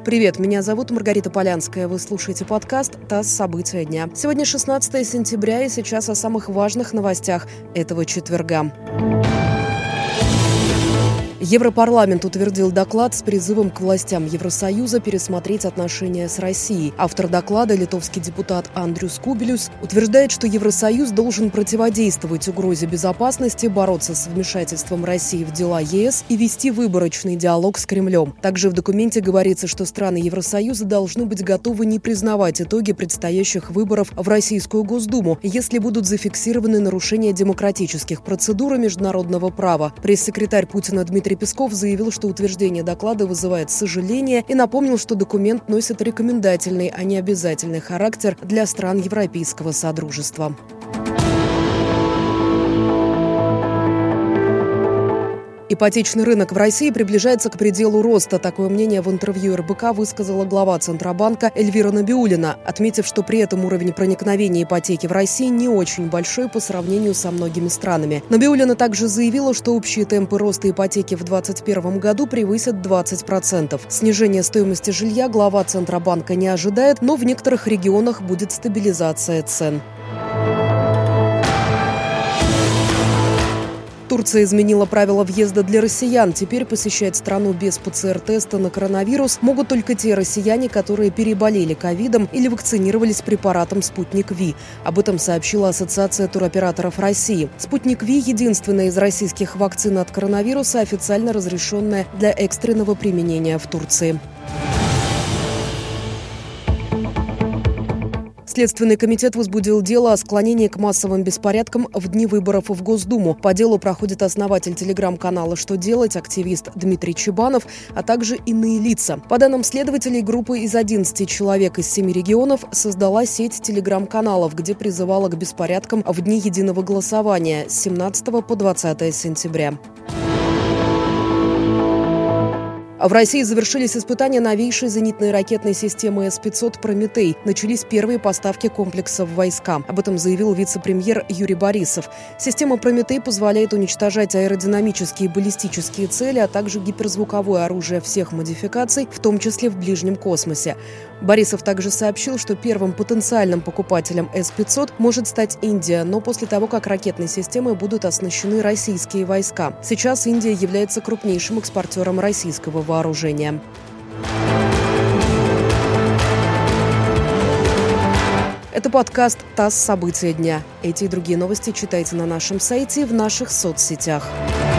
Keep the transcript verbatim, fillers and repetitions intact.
Привет, меня зовут Маргарита Полянская. Вы слушаете подкаст «ТАСС. События дня». Сегодня шестнадцатое сентября, и сейчас о самых важных новостях этого четверга. Европарламент утвердил доклад с призывом к властям Евросоюза пересмотреть отношения с Россией. Автор доклада, литовский депутат Андрюс Кубелюс, утверждает, что Евросоюз должен противодействовать угрозе безопасности, бороться с вмешательством России в дела ЕС и вести выборочный диалог с Кремлем. Также в документе говорится, что страны Евросоюза должны быть готовы не признавать итоги предстоящих выборов в Российскую Госдуму, если будут зафиксированы нарушения демократических процедур и международного права. Пресс-секретарь Путина Дмитрий Песков заявил, что утверждение доклада вызывает сожаление, и напомнил, что документ носит рекомендательный, а не обязательный характер для стран Европейского Содружества. Ипотечный рынок в России приближается к пределу роста. Такое мнение в интервью эр бэ ка высказала глава Центробанка Эльвира Набиуллина, отметив, что при этом уровень проникновения ипотеки в России не очень большой по сравнению со многими странами. Набиуллина также заявила, что общие темпы роста ипотеки в две тысячи двадцать первом году превысят двадцать процентов. Снижение стоимости жилья глава Центробанка не ожидает, но в некоторых регионах будет стабилизация цен. Турция изменила правила въезда для россиян. Теперь посещать страну без пэ цэ эр-теста на коронавирус могут только те россияне, которые переболели ковидом или вакцинировались препаратом «Спутник Ви». Об этом сообщила Ассоциация туроператоров России. «Спутник Ви» – единственная из российских вакцин от коронавируса, официально разрешенная для экстренного применения в Турции. Следственный комитет возбудил дело о склонении к массовым беспорядкам в дни выборов в Госдуму. По делу проходит основатель телеграм-канала «Что делать», активист Дмитрий Чебанов, а также иные лица. По данным следователей, группа из одиннадцати человек из семи регионов создала сеть телеграм-каналов, где призывала к беспорядкам в дни единого голосования с семнадцатого по двадцатое сентября. В России завершились испытания новейшей зенитной ракетной системы эс пятьсот «Прометей». Начались первые поставки комплексов в войска. Об этом заявил вице-премьер Юрий Борисов. Система «Прометей» позволяет уничтожать аэродинамические и баллистические цели, а также гиперзвуковое оружие всех модификаций, в том числе в ближнем космосе. Борисов также сообщил, что первым потенциальным покупателем эс пятьсот может стать Индия, но после того, как ракетной системой будут оснащены российские войска. Сейчас Индия является крупнейшим экспортером российского вооружения. Это подкаст «ТАСС. События дня». Эти и другие новости читайте на нашем сайте и в наших соцсетях.